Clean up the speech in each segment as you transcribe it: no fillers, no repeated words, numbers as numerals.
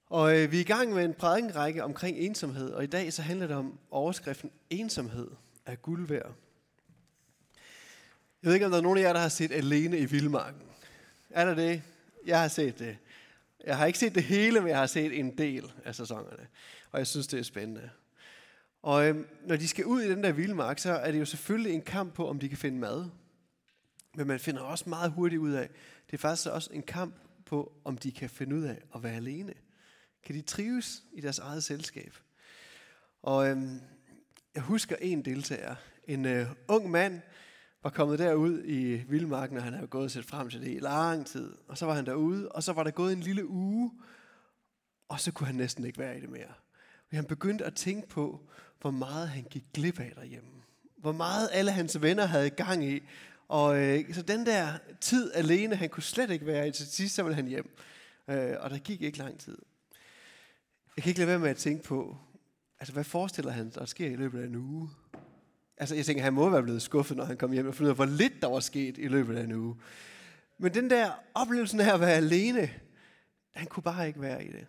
Og vi er i gang med en prædikenrække omkring ensomhed, og i dag så handler det om overskriften ensomhed er guld værd. Jeg ved ikke, om der er nogen af jer, der har set Alene i Vildmarken. Er der det? Jeg har set det. Jeg har ikke set det hele, men jeg har set en del af sæsonerne, og jeg synes, det er spændende. Og når de skal ud i den der vildmark, så er det jo selvfølgelig en kamp på, om de kan finde mad. Men man finder også meget hurtigt ud af, det er faktisk også en kamp på, om de kan finde ud af at være alene. Kan de trives i deres eget selskab? Og jeg husker en deltager, en ung mand, var kommet derud i vildmarken, og han havde gået og set frem til det i lang tid. Og så var han derude, og så var der gået en lille uge, og så kunne han næsten ikke være i det mere. Han begyndte at tænke på, hvor meget han gik glip af derhjemme. Hvor meget alle hans venner havde gang i. Og så den der tid alene, han kunne slet ikke være i. Til sidst så ville han hjem. Og der gik ikke lang tid. Jeg kan ikke lade være med at tænke på, altså hvad forestiller han, der sker i løbet af en uge? Altså jeg tænker, han må være blevet skuffet, når han kom hjem og fundet ud af, hvor lidt der var sket i løbet af en uge. Men den der oplevelsen af at være alene, han kunne bare ikke være i det.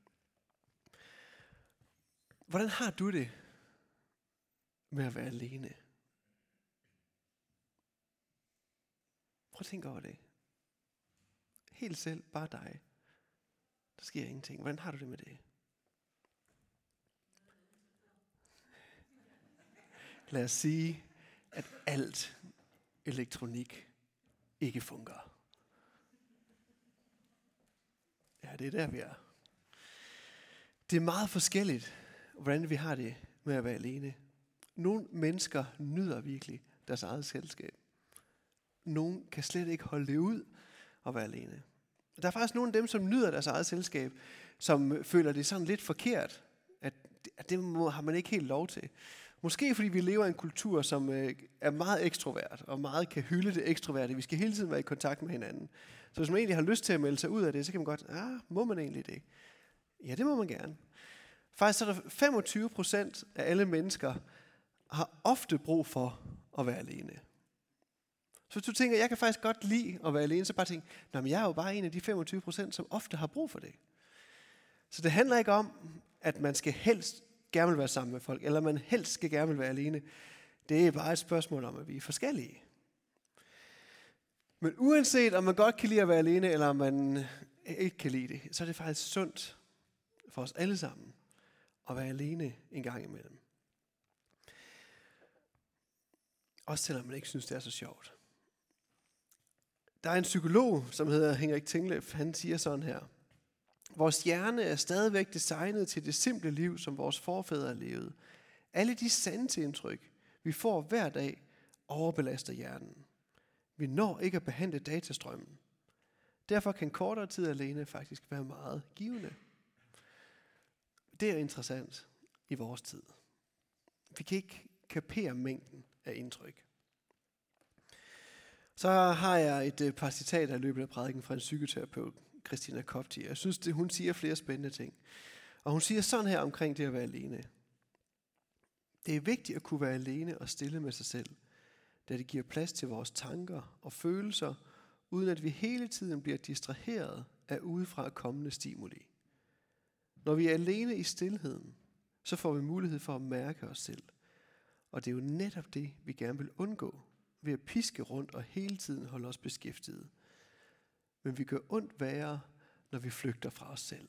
Hvordan har du det med at være alene? Prøv at tænke over det. Helt selv, bare dig. Der sker ingenting. Hvordan har du det med det? Lad os sige, at alt elektronik ikke fungerer. Ja, det er der, vi er. Det er meget forskelligt, hvordan vi har det med at være alene. Nogle mennesker nyder virkelig deres eget selskab. Nogle kan slet ikke holde det ud at være alene. Der er faktisk nogle af dem, som nyder deres eget selskab, som føler det sådan lidt forkert, at det har man ikke helt lov til. Måske fordi vi lever i en kultur, som er meget ekstrovert, og meget kan hylde det ekstroverte. Vi skal hele tiden være i kontakt med hinanden. Så hvis man egentlig har lyst til at melde sig ud af det, så kan man godt, må man egentlig det? Ja, det må man gerne. Faktisk så er der 25% af alle mennesker har ofte brug for at være alene. Så hvis du tænker, jeg kan faktisk godt lide at være alene, så bare tænk, men jeg er jo bare en af de 25%, som ofte har brug for det. Så det handler ikke om, at man skal helst gerne vil være sammen med folk, eller man helst skal gerne vil være alene. Det er bare et spørgsmål om, at vi er forskellige. Men uanset om man godt kan lide at være alene, eller om man ikke kan lide det, så er det faktisk sundt for os alle sammen at være alene en gang imellem. Også selvom man ikke synes, det er så sjovt. Der er en psykolog, som hedder Henrik Tinglef. Han siger sådan her: vores hjerne er stadigvæk designet til det simple liv, som vores forfædre levede. Alle de sanseindtryk, vi får hver dag, overbelaster hjernen. Vi når ikke at behandle datastrømmen. Derfor kan kortere tid alene faktisk være meget givende. Det er interessant i vores tid. Vi kan ikke kapere mængden af indtryk. Så har jeg et par citater i løbet af prædiken fra en psykoterapeut, Christina Kopti. Jeg synes, hun siger flere spændende ting. Og hun siger sådan her omkring det at være alene. Det er vigtigt at kunne være alene og stille med sig selv, da det giver plads til vores tanker og følelser, uden at vi hele tiden bliver distraheret af udefra kommende stimuli. Når vi er alene i stilheden, så får vi mulighed for at mærke os selv. Og det er jo netop det, vi gerne vil undgå, ved at piske rundt og hele tiden holde os beskæftiget. Men vi gør ondt værre, når vi flygter fra os selv.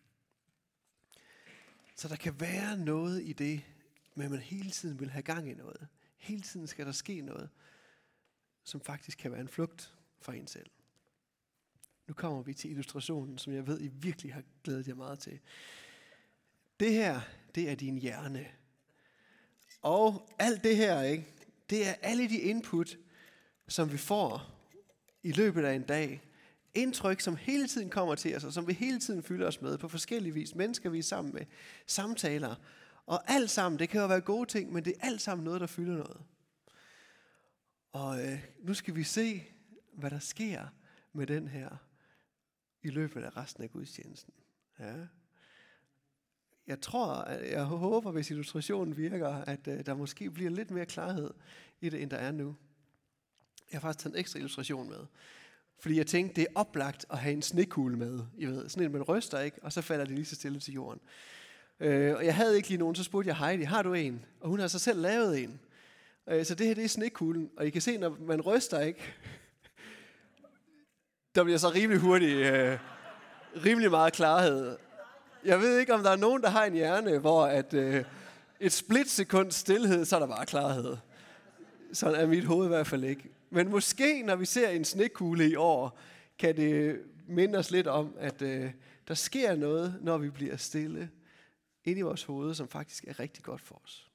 Så der kan være noget i det, men man hele tiden vil have gang i noget. Hele tiden skal der ske noget, som faktisk kan være en flugt fra en selv. Nu kommer vi til illustrationen, som jeg ved, I virkelig har glædet jer meget til. Det her, det er din hjerne. Og alt det her, ikke? Det er alle de input, som vi får i løbet af en dag. Indtryk, som hele tiden kommer til os, og som vi hele tiden fylder os med på forskellige vis. Mennesker, vi er sammen med. Samtaler. Og alt sammen, det kan jo være gode ting, men det er alt sammen noget, der fylder noget. Og nu skal vi se, hvad der sker med den her i løbet af resten af gudstjenesten. Ja. Jeg håber, hvis illustrationen virker, at der måske bliver lidt mere klarhed i det, end der er nu. Jeg har faktisk taget en ekstra illustration med. Fordi jeg tænkte, det er oplagt at have en snekugle med. I ved, sådan en, man ryster, ikke? Og så falder det lige så stille til jorden. Og jeg havde ikke lige nogen, så spurgte jeg Heidi, har du en? Og hun har så selv lavet en. Så det her, det er snekuglen. Og I kan se, når man ryster, ikke? Der bliver så rimelig hurtigt, rimelig meget klarhed. Jeg ved ikke, om der er nogen, der har en hjerne, hvor at, et splitsekund stillhed, så er der bare klarhed. Sådan er mit hoved i hvert fald ikke. Men måske, når vi ser en snekugle i år, kan det minde os lidt om, at der sker noget, når vi bliver stille inde i vores hoved, som faktisk er rigtig godt for os.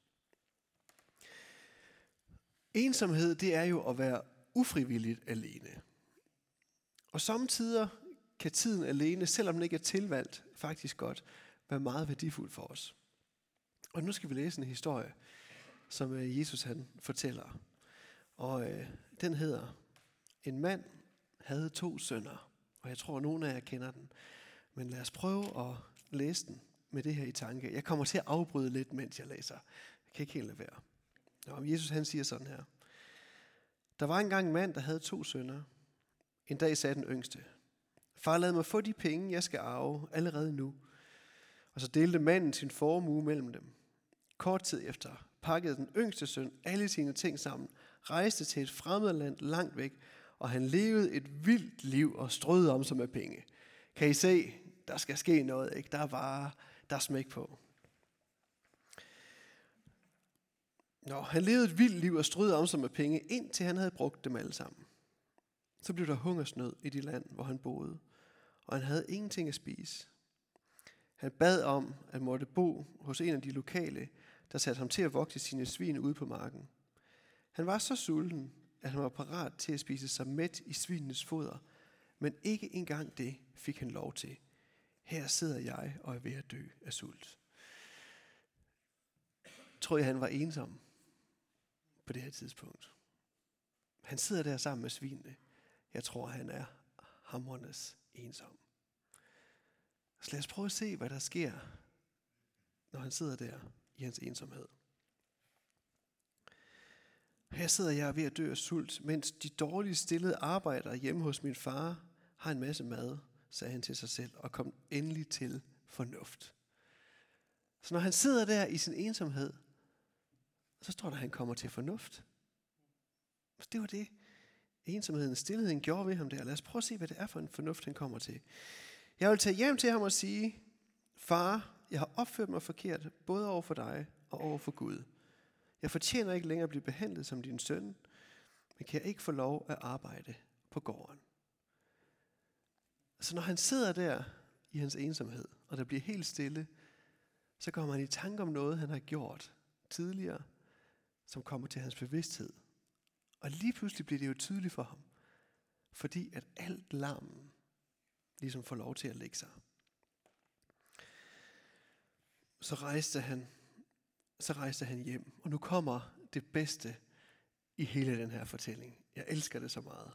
Ensomhed, det er jo at være ufrivilligt alene. Og samtidig kan tiden alene, selvom den ikke er tilvalgt, faktisk godt være meget værdifuld for os. Og nu skal vi læse en historie, som Jesus han fortæller. Og den hedder, en mand havde 2 sønner. Og jeg tror, at nogle af jer kender den. Men lad os prøve at læse den med det her i tanke. Jeg kommer til at afbryde lidt, mens jeg læser. Jeg kan ikke helt lade være. Og Jesus han siger sådan her. Der var engang en mand, der havde 2 sønner. En dag sagde den yngste, far, lad mig få de penge, jeg skal arve allerede nu. Og så delte manden sin formue mellem dem. Kort tid efter pakkede den yngste søn alle sine ting sammen, rejste til et fremmed land langt væk, og han levede et vildt liv og strøede om sig med penge. Kan I se, der skal ske noget, ikke? Der er smæk på. Han levede et vildt liv og strøede om sig med penge, indtil han havde brugt dem alle sammen. Så blev der hungersnød i det land, hvor han boede, og han havde ingenting at spise. Han bad om at måtte bo hos en af de lokale, der satte ham til at vogte sine svin ude på marken. Han var så sulten, at han var parat til at spise sig mæt i svinenes foder, men ikke engang det fik han lov til. Her sidder jeg og er ved at dø af sult. Tror jeg, han var ensom på det her tidspunkt. Han sidder der sammen med svinene. Jeg tror, han er hamrenes ensom. Så lad os prøve at se, hvad der sker, når han sidder der i hans ensomhed. Her sidder jeg ved at dø af sult, mens de dårligt stillede arbejdere hjemme hos min far har en masse mad, sagde han til sig selv, og kom endelig til fornuft. Så når han sidder der i sin ensomhed, så står der, at han kommer til fornuft. Så det var det, ensomheden, stillheden gjorde ved ham der. Lad os prøve at se, hvad det er for en fornuft, han kommer til. Jeg vil tage hjem til ham og sige, far, jeg har opført mig forkert, både over for dig og over for Gud. Jeg fortjener ikke længere at blive behandlet som din søn, men kan jeg ikke få lov at arbejde på gården. Så når han sidder der i hans ensomhed, og der bliver helt stille, så kommer han i tanke om noget, han har gjort tidligere, som kommer til hans bevidsthed. Og lige pludselig bliver det jo tydeligt for ham, fordi at alt larmen ligesom får lov til at lægge sig. Så rejste han hjem, og nu kommer det bedste i hele den her fortælling. Jeg elsker det så meget.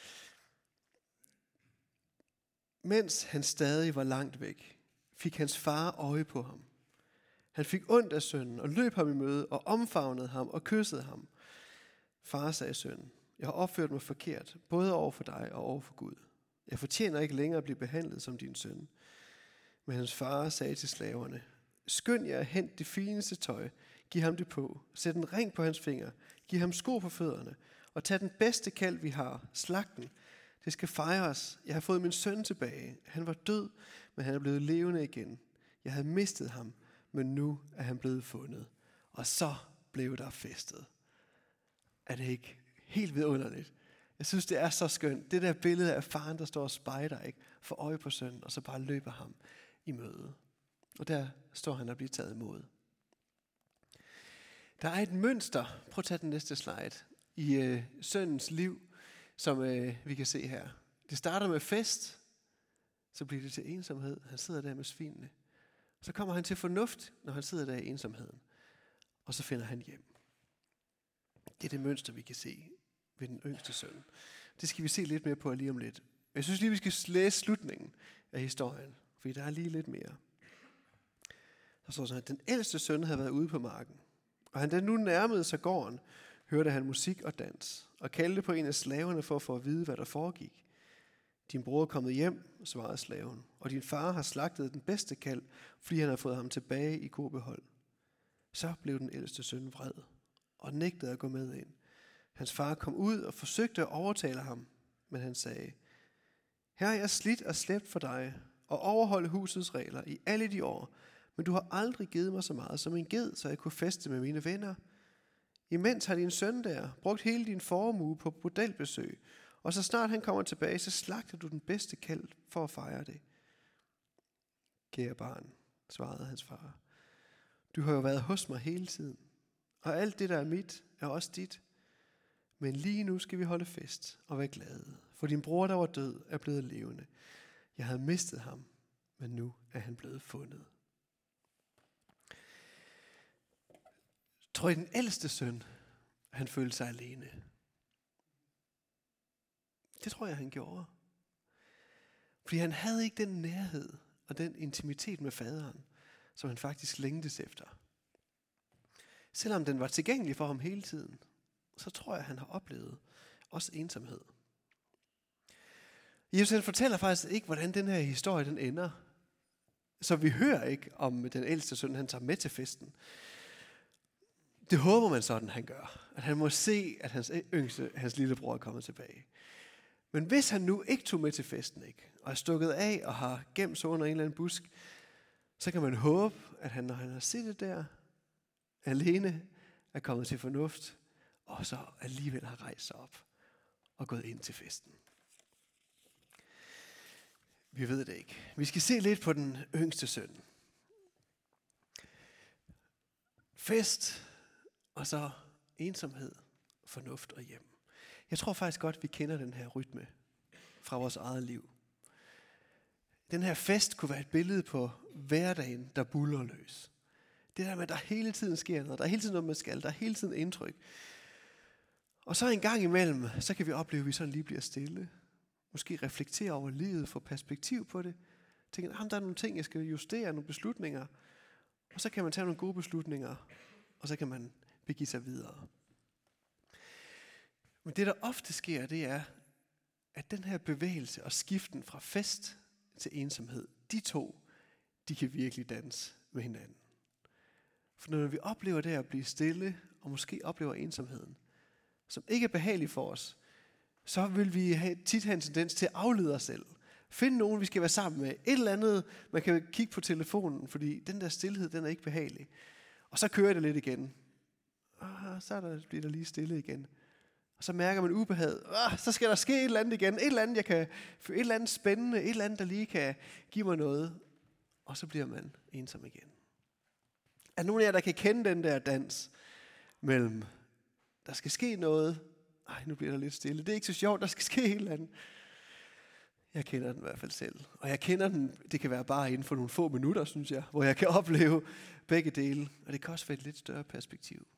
Mens han stadig var langt væk, fik hans far øje på ham. Han fik ondt af sønnen og løb ham i møde og omfavnede ham og kyssede ham. Far, sagde sønnen, jeg har opført mig forkert, både over for dig og over for Gud. Jeg fortjener ikke længere at blive behandlet som din søn. Men hans far sagde til slaverne, skynd jer at hente det fineste tøj, giv ham det på, sæt en ring på hans finger, giv ham sko på fødderne, og tag den bedste kalv vi har, slag den. Det skal fejres. Jeg har fået min søn tilbage. Han var død, men han er blevet levende igen. Jeg havde mistet ham, men nu er han blevet fundet. Og så blev der festet. Er det ikke helt vidunderligt? Jeg synes, det er så skønt. Det der billede af faren, der står og spejder, ikke? For øje på sønnen, og så bare løber ham i møde. Og der står han og bliver taget imod. Der er et mønster, prøv at tage den næste slide, i sønnens liv, som vi kan se her. Det starter med fest, så bliver det til ensomhed. Han sidder der med svinene. Så kommer han til fornuft, når han sidder der i ensomheden. Og så finder han hjem. Det er det mønster, vi kan se ved den yngste søn. Det skal vi se lidt mere på lige om lidt. Jeg synes lige, vi skal læse slutningen af historien, fordi der er lige lidt mere. Der står sådan, at den ældste søn havde været ude på marken, og han da nu nærmede sig gården, hørte han musik og dans, og kaldte på en af slaverne for at få at vide, hvad der foregik. Din bror er kommet hjem, svarede slaven, og din far har slagtet den bedste kalv, fordi han har fået ham tilbage i god behold. Så blev den ældste søn vred og nægtede at gå med ind. Hans far kom ud og forsøgte at overtale ham, men han sagde, her har jeg slidt og slæbt for dig og overholdt husets regler i alle de år, men du har aldrig givet mig så meget som en ged, så jeg kunne feste med mine venner. Imens har din søn der brugt hele din formue på bordelbesøg, og så snart han kommer tilbage, så slagter du den bedste kalv for at fejre det. Kære barn, svarede hans far, du har jo været hos mig hele tiden, og alt det, der er mit, er også dit. Men lige nu skal vi holde fest og være glade, for din bror, der var død, er blevet levende. Jeg havde mistet ham, men nu er han blevet fundet. Tror I, den ældste søn, han følte sig alene? Det tror jeg, han gjorde. Fordi han havde ikke den nærhed og den intimitet med faderen, som han faktisk længtes efter. Selvom den var tilgængelig for ham hele tiden, så tror jeg, han har oplevet også ensomhed. Jesus fortæller faktisk ikke, hvordan den her historie den ender. Så vi hører ikke om den ældste søn, han tager med til festen. Det håber man sådan, han gør. At han må se, at hans lillebror er kommet tilbage. Men hvis han nu ikke tog med til festen, ikke, og er stukket af og har gemt sig under en eller anden busk, så kan man håbe, at han, når han har siddet der alene, er kommet til fornuft, og så alligevel har rejst sig op og gået ind til festen. Vi ved det ikke. Vi skal se lidt på den yngste søn. Fest, og så ensomhed, fornuft og hjem. Jeg tror faktisk godt, vi kender den her rytme fra vores eget liv. Den her fest kunne være et billede på hverdagen, der buldrer løs. Det der med, at der hele tiden sker noget, der er hele tiden noget, man skal, der er hele tiden indtryk. Og så en gang imellem, så kan vi opleve, at vi sådan lige bliver stille. Måske reflektere over livet, få perspektiv på det. Tænke, der er nogle ting, jeg skal justere, nogle beslutninger. Og så kan man tage nogle gode beslutninger, og så kan man begive sig videre. Men det, der ofte sker, det er, at den her bevægelse og skiften fra fest til ensomhed, de to, de kan virkelig danse med hinanden. For når vi oplever det at blive stille, og måske oplever ensomheden, som ikke er behagelig for os, så vil vi tit have en tendens til at aflede os selv. Finde nogen, vi skal være sammen med. Et eller andet, man kan kigge på telefonen, fordi den der stilhed, den er ikke behagelig. Og så kører det lidt igen. Så bliver der lige stille igen. Og så mærker man ubehaget. Så skal der ske et eller andet igen. Et eller andet, et eller andet spændende. Et eller andet, der lige kan give mig noget. Og så bliver man ensom igen. Er nogen af jer, der kan kende den der dans mellem, der skal ske noget. Nu bliver der lidt stille. Det er ikke så sjovt, der skal ske et eller andet. Jeg kender den i hvert fald selv. Og jeg kender den, det kan være bare inden for nogle få minutter, synes jeg, hvor jeg kan opleve begge dele. Og det kan også være et lidt større perspektiv.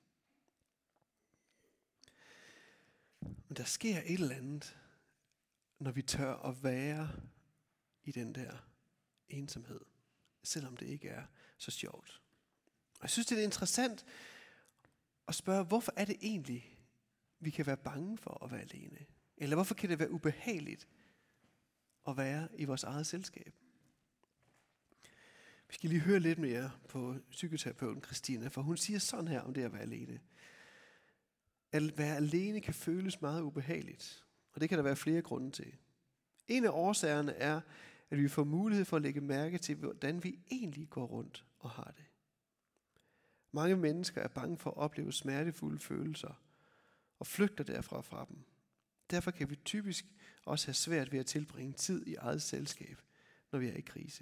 Men der sker et eller andet, når vi tør at være i den der ensomhed, selvom det ikke er så sjovt. Og jeg synes, det er interessant at spørge, hvorfor er det egentlig, vi kan være bange for at være alene? Eller hvorfor kan det være ubehageligt at være i vores eget selskab? Vi skal lige høre lidt mere på psykoterapeuten Christina, for hun siger sådan her om det at være alene. At være alene kan føles meget ubehageligt, og det kan der være flere grunde til. En af årsagerne er, at vi får mulighed for at lægge mærke til, hvordan vi egentlig går rundt og har det. Mange mennesker er bange for at opleve smertefulde følelser og flygter derfra fra dem. Derfor kan vi typisk også have svært ved at tilbringe tid i eget selskab, når vi er i krise.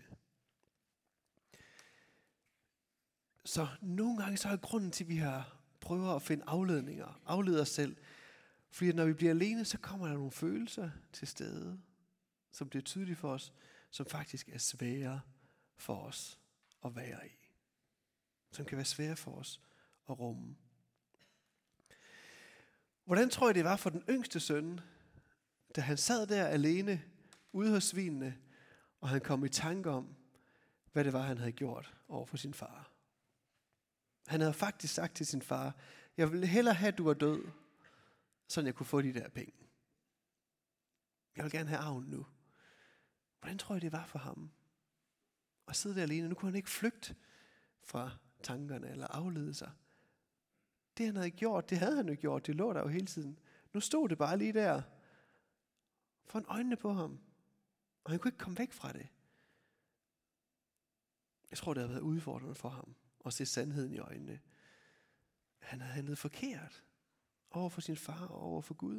Så nogle gange så er grunden til, at vi har prøver at finde afledninger, aflede os selv. Fordi når vi bliver alene, så kommer der nogle følelser til stede, som bliver tydelige for os, som faktisk er svære for os at være i. Som kan være svære for os at rumme. Hvordan tror I, det var for den yngste søn, da han sad der alene ude hos svinene, og han kom i tanke om, hvad det var, han havde gjort over for sin far? Han havde faktisk sagt til sin far, jeg ville hellere have, at du var død, så jeg kunne få de der penge. Jeg vil gerne have arven nu. Hvordan tror I, det var for ham at sidde der alene? Nu kunne han ikke flygte fra tankerne eller aflede sig. Det han havde gjort, det havde han jo gjort. Det lå der jo hele tiden. Nu stod det bare lige der foran øjnene på ham. Og han kunne ikke komme væk fra det. Jeg tror, det havde været udfordrende for ham at se sandheden i øjnene. Han havde handlet forkert over for sin far og over for Gud.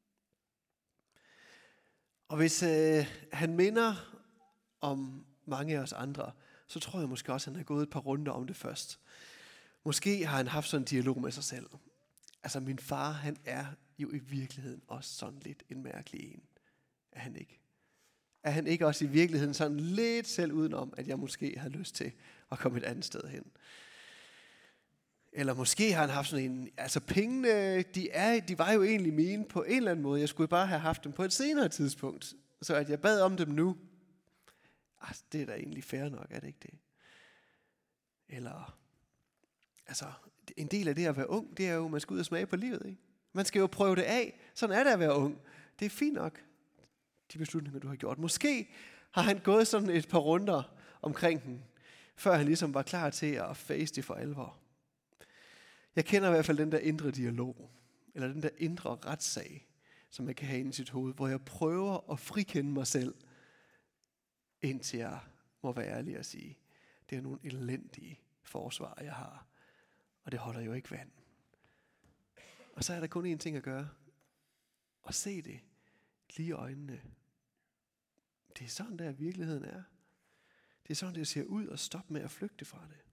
Og hvis han minder om mange af os andre, så tror jeg måske også, at han har gået et par runder om det først. Måske har han haft sådan en dialog med sig selv. Altså min far, han er jo i virkeligheden også sådan lidt en mærkelig en. Er han ikke? Er han ikke også i virkeligheden sådan lidt selv udenom, at jeg måske har lyst til at komme et andet sted hen? Eller måske har han haft sådan en, altså pengene, de var jo egentlig mine på en eller anden måde. Jeg skulle bare have haft dem på et senere tidspunkt, så at jeg bad om dem nu. Altså, det er da egentlig fair nok, er det ikke det? Eller, altså, en del af det at være ung, det er jo, at man skal ud og smage på livet, ikke? Man skal jo prøve det af. Sådan er det at være ung. Det er fint nok, de beslutninger, du har gjort. Måske har han gået sådan et par runder omkring den, før han ligesom var klar til at face det for alvor. Jeg kender i hvert fald den der indre dialog, eller den der indre retssag, som man kan have inde i sit hoved, hvor jeg prøver at frikende mig selv, indtil jeg må være ærlig og sige, det er nogle elendige forsvar, jeg har, og det holder jo ikke vand. Og så er der kun én ting at gøre, og se det lige i øjnene. Det er sådan, der virkeligheden er. Det er sådan, det ser ud, og stoppe med at flygte fra det.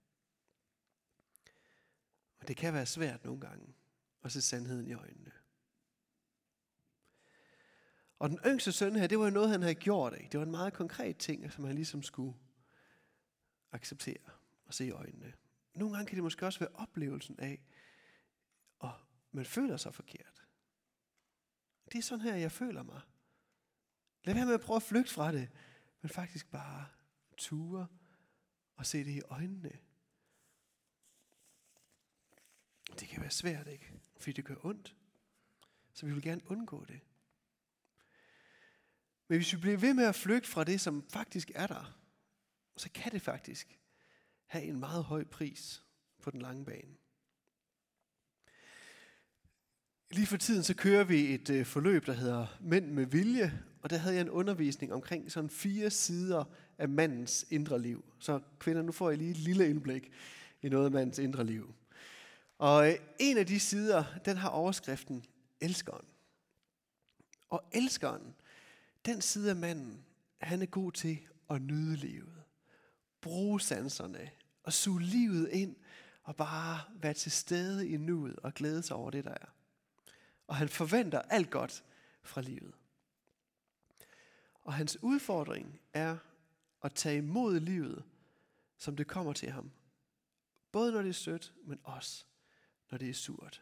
Og det kan være svært nogle gange at se sandheden i øjnene. Og den yngste søn her, det var jo noget, han havde gjort. Ikke? Det var en meget konkret ting, som han ligesom skulle acceptere og se i øjnene. Nogle gange kan det måske også være oplevelsen af, at man føler sig forkert. Det er sådan her, jeg føler mig. Lad være med at prøve at flygte fra det, men faktisk bare ture og se det i øjnene. Det kan være svært, ikke? Fordi det gør ondt. Så vi vil gerne undgå det. Men hvis vi bliver ved med at flygte fra det, som faktisk er der, så kan det faktisk have en meget høj pris på den lange bane. Lige for tiden så kører vi et forløb, der hedder Mænd med vilje, og der havde jeg en undervisning omkring sådan 4 sider af mandens indre liv. Så kvinder, nu får I lige et lille indblik i noget af mandens indre liv. Og en af de sider, den har overskriften Elskeren. Og elskeren, den side af manden, han er god til at nyde livet. Bruge sanserne og suge livet ind og bare være til stede i nuet og glæde sig over det, der er. Og han forventer alt godt fra livet. Og hans udfordring er at tage imod livet, som det kommer til ham. Både når det er sødt, men også når det er surt.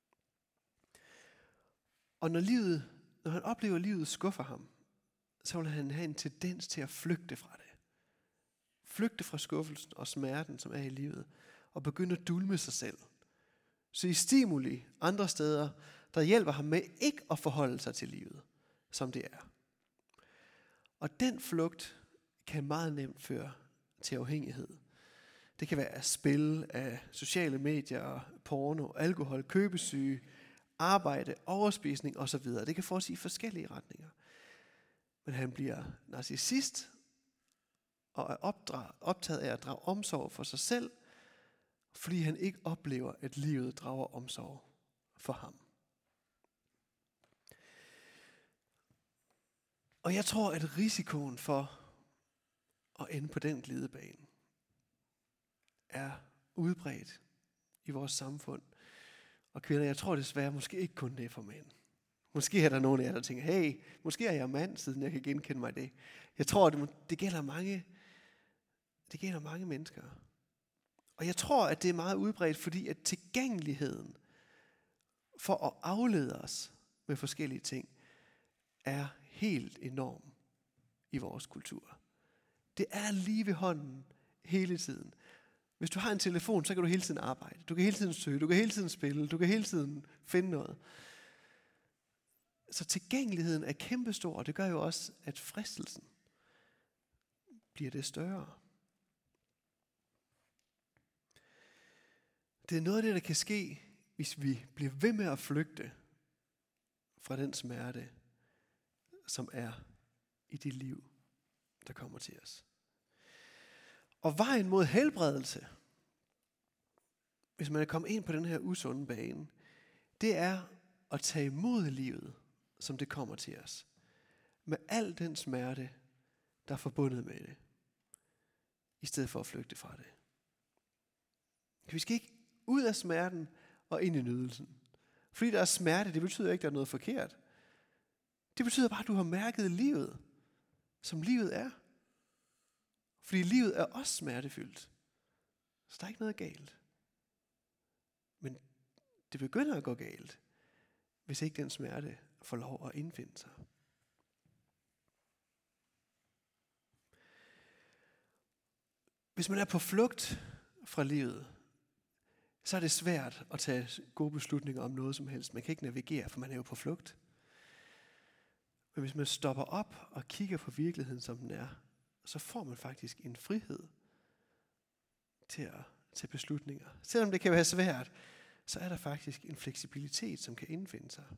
Og når han oplever, at livet skuffer ham, så vil han have en tendens til at flygte fra det. Flygte fra skuffelsen og smerten, som er i livet, og begynde at dulme sig selv. Så i stimuli andre steder, der hjælper ham med ikke at forholde sig til livet, som det er. Og den flugt kan meget nemt føre til afhængighed. Det kan være af spil, af sociale medier, porno, alkohol, købesyge, arbejde, overspisning osv. Det kan få os i forskellige retninger. Men han bliver narcissist og er optaget af at drage omsorg for sig selv, fordi han ikke oplever, at livet drager omsorg for ham. Og jeg tror, at risikoen for at ende på den glidebane er udbredt i vores samfund. Og kvinder, jeg tror desværre måske ikke kun det er for mænd. Måske er der nogen af jer, der tænker, hey, måske er jeg mand, siden jeg kan genkende mig det. Jeg tror, at det gælder mange mennesker. Og jeg tror, at det er meget udbredt, fordi at tilgængeligheden for at aflede os med forskellige ting, er helt enorm i vores kultur. Det er lige ved hånden hele tiden. Hvis du har en telefon, så kan du hele tiden arbejde. Du kan hele tiden søge, du kan hele tiden spille, du kan hele tiden finde noget. Så tilgængeligheden er kæmpestor, og det gør jo også, at fristelsen bliver det større. Det er noget af det, der kan ske, hvis vi bliver ved med at flygte fra den smerte, som er i dit liv, der kommer til os. Og vejen mod helbredelse, hvis man er kommet ind på den her usunde bane, det er at tage imod livet, som det kommer til os. Med al den smerte, der er forbundet med det. I stedet for at flygte fra det. Vi skal ikke ud af smerten og ind i nydelsen. Fordi der er smerte, det betyder ikke, at der er noget forkert. Det betyder bare, at du har mærket livet, som livet er. Fordi livet er også smertefyldt. Så der er ikke noget galt. Men det begynder at gå galt, hvis ikke den smerte får lov at indfinde sig. Hvis man er på flugt fra livet, så er det svært at tage gode beslutninger om noget som helst. Man kan ikke navigere, for man er jo på flugt. Men hvis man stopper op og kigger på virkeligheden, som den er, så får man faktisk en frihed til at tage beslutninger. Selvom det kan være svært, så er der faktisk en fleksibilitet, som kan indfinde sig.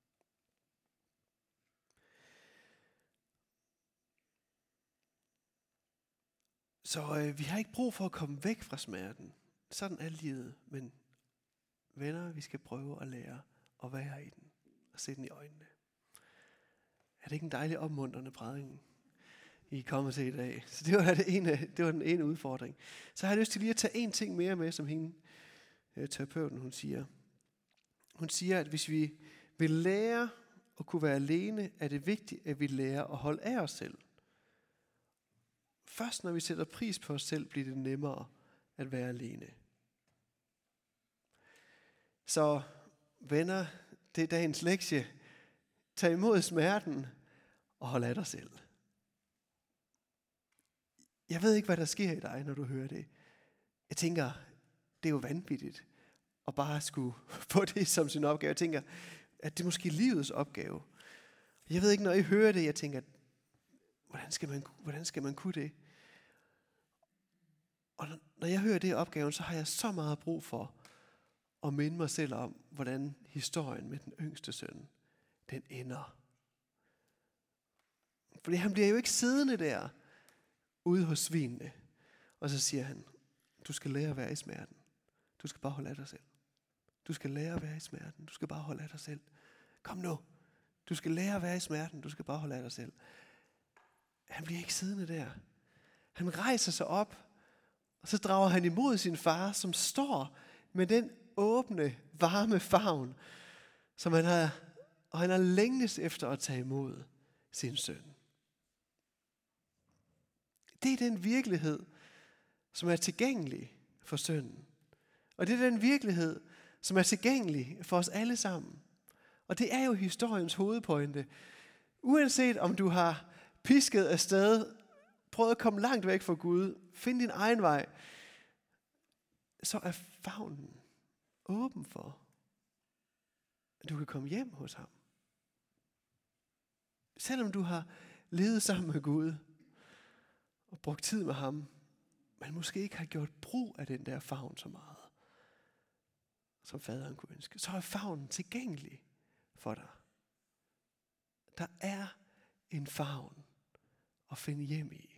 Så vi har ikke brug for at komme væk fra smerten. Sådan er livet. Men venner, vi skal prøve at lære at være i den. Og se den i øjnene. Er det ikke en dejlig opmuntrende prædiken, I er kommet til i dag? Så det var den ene udfordring. Så har jeg lyst til lige at tage en ting mere med, som hende, terapeuten, hun siger. Hun siger, at hvis vi vil lære at kunne være alene, er det vigtigt, at vi lærer at holde af os selv. Først når vi sætter pris på os selv, bliver det nemmere at være alene. Så venner, det er dagens lektie. Tag imod smerten og hold af dig selv. Jeg ved ikke, hvad der sker i dig, når du hører det. Jeg tænker, det er jo vanvittigt at bare skulle få det som sin opgave. Jeg tænker, at det er måske livets opgave. Jeg ved ikke, når I hører det, jeg tænker, hvordan skal man kunne det? Og når jeg hører det opgaven, så har jeg så meget brug for at minde mig selv om, hvordan historien med den yngste søn, den ender. Fordi han bliver jo ikke siddende der, ude hos svinene, og så siger han, du skal lære at være i smerten. Du skal bare holde af dig selv. Du skal lære at være i smerten. Du skal bare holde af dig selv. Kom nu. Du skal lære at være i smerten. Du skal bare holde af dig selv. Han bliver ikke siddende der. Han rejser sig op, og så drager han imod sin far, som står med den åbne, varme favn, som han har længes efter at tage imod sin søn. Det er den virkelighed, som er tilgængelig for sønnen. Og det er den virkelighed, som er tilgængelig for os alle sammen. Og det er jo historiens hovedpointe. Uanset om du har pisket afsted, prøvet at komme langt væk fra Gud, find din egen vej, så er favnen åben for, at du kan komme hjem hos ham. Selvom du har levet sammen med Gud og brugt tid med ham, men måske ikke har gjort brug af den der favn så meget, som faderen kunne ønske, så er favnen tilgængelig for dig. Der er en favn at finde hjem i.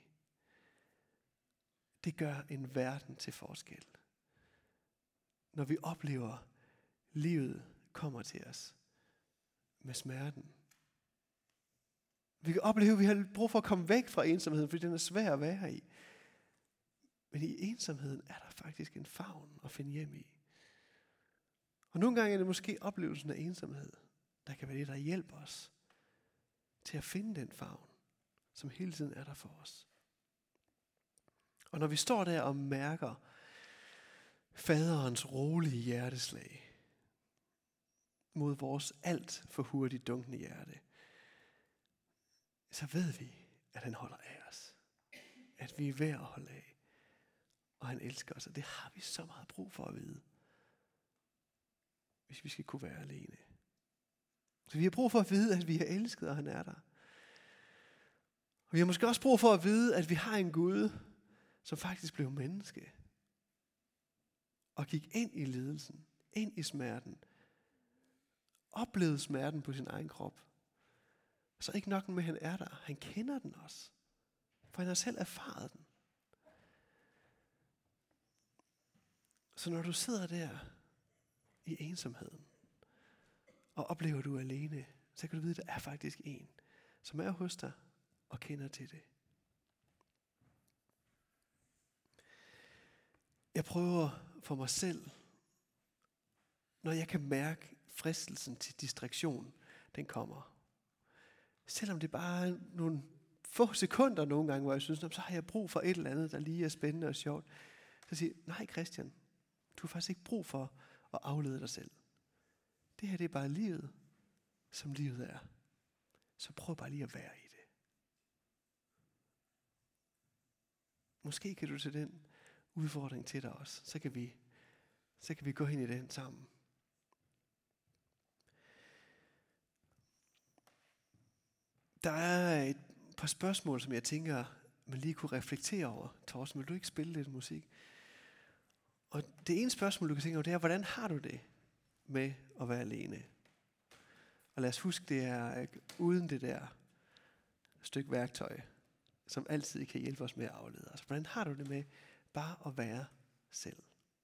Det gør en verden til forskel. Når vi oplever, livet kommer til os med smerten. Vi kan opleve, at vi har brug for at komme væk fra ensomheden, fordi den er svær at være i. Men i ensomheden er der faktisk en favn at finde hjem i. Og nogle gange er det måske oplevelsen af ensomhed, der kan være det, der hjælper os til at finde den favn, som hele tiden er der for os. Og når vi står der og mærker faderens rolige hjerteslag mod vores alt for hurtigt dunkende hjerte, så ved vi, at han holder af os. At vi er værd at holde af. Og han elsker os, og det har vi så meget brug for at vide, hvis vi skal kunne være alene. Så vi har brug for at vide, at vi er elsket, og han er der. Og Vi har måske også brug for at vide, at vi har en Gud, som faktisk blev menneske. Og gik ind i lidelsen, ind i smerten. Oplevede smerten på sin egen krop. Så ikke nok med, at han er der. Han kender den også. For han har selv erfaret den. Så når du sidder der i ensomheden, og oplever du alene, så kan du vide, at der er faktisk en, som er hos dig og kender til det. Jeg prøver for mig selv, når jeg kan mærke fristelsen til distraktion, den kommer. Selvom det bare er nogle få sekunder nogle gange, hvor jeg synes, så har jeg brug for et eller andet, der lige er spændende og sjovt. Så siger jeg, nej Christian, du har faktisk ikke brug for at aflede dig selv. Det her det er bare livet, som livet er. Så prøv bare lige at være i det. Måske kan du til den udfordring til dig også. Så kan vi gå ind i den sammen. Der er et par spørgsmål, som jeg tænker, man lige kunne reflektere over. Torsten, vil du ikke spille lidt musik? Og det ene spørgsmål, du kan tænke over, det er, hvordan har du det med at være alene? Og lad os huske, det er uden det der stykke værktøj, som altid kan hjælpe os med at aflede os. Hvordan har du det med bare at være selv?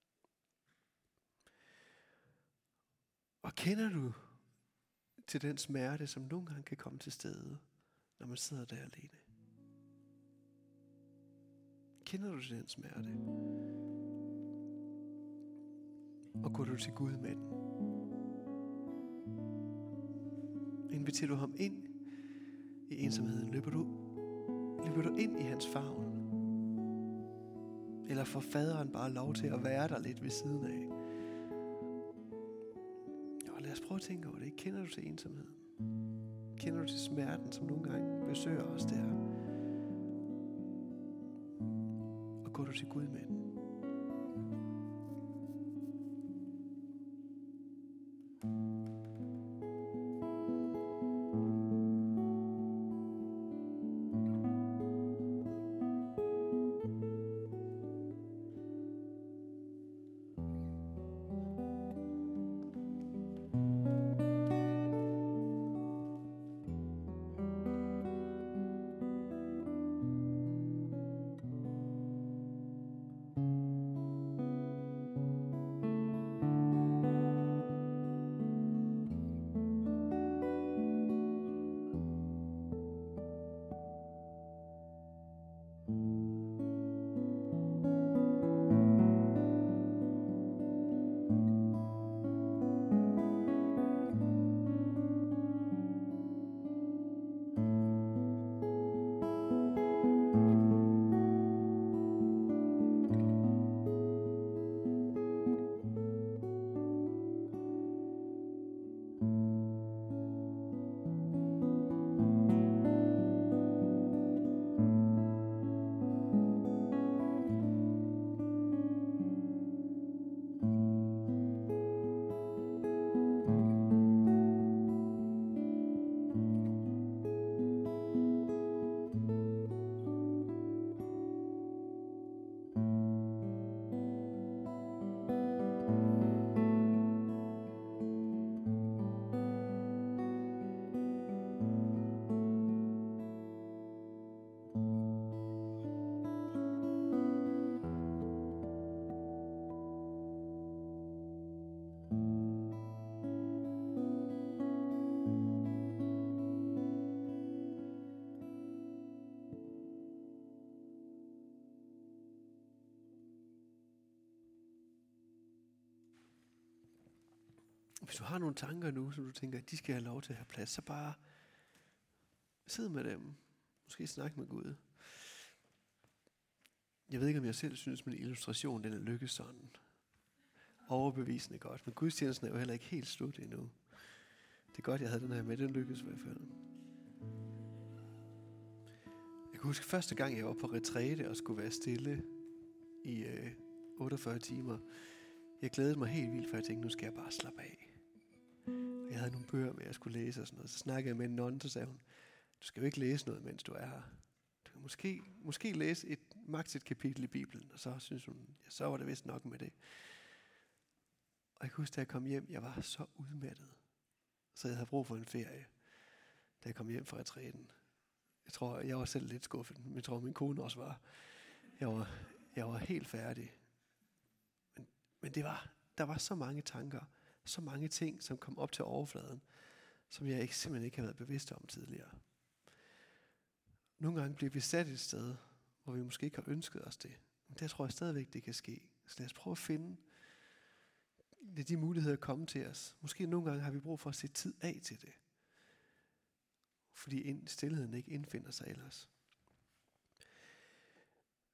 Og kender du til den smerte, som nogle gange kan komme til stede, når man sidder der alene? Kender du til den smerte? Og går du til Gud med den? Inviterer du ham ind i ensomheden? Løber du ind i hans favn? Eller får faderen bare lov til at være der lidt ved siden af? Jo, lad os prøve at tænke over det. Kender du til ensomheden? Kender du til smerten, som nogle gange besøger os der? Og går du til Gud med den? Hvis du har nogle tanker nu, som du tænker, at de skal have lov til at have plads, så bare sid med dem. Måske snak med Gud. Jeg ved ikke, om jeg selv synes, at min illustration den er lykkes sådan. Overbevisende godt. Men gudstjenesten er jo heller ikke helt slut endnu. Det er godt, jeg havde den her med. Den lykkedes i hvert fald. Jeg kan huske første gang, jeg var på retræte og skulle være stille i 48 timer. Jeg glædede mig helt vildt, for jeg tænkte, nu skal jeg bare slappe af. Jeg havde nogle bøger med, jeg skulle læse og sådan noget. Så snakkede jeg med en nonne, så sagde hun, du skal jo ikke læse noget, mens du er her. Du kan måske læse maks et kapitel i Bibelen, og så synes hun, ja, så var det vist nok med det. Og jeg kan huske, da jeg kom hjem, jeg var så udmattet. Så jeg havde brug for en ferie, da jeg kom hjem fra retræten. Jeg tror, jeg var selv lidt skuffet, men jeg tror, min kone også var. Jeg var helt færdig. Men der var så mange tanker, så mange ting, som kom op til overfladen, som jeg simpelthen ikke havde været bevidst om tidligere. Nogle gange bliver vi sat et sted, hvor vi måske ikke har ønsket os det. Men der tror jeg stadigvæk, det kan ske. Så lad os prøve at finde de muligheder komme til os. Måske nogle gange har vi brug for at sætte tid af til det. Fordi stillheden ikke indfinder sig ellers.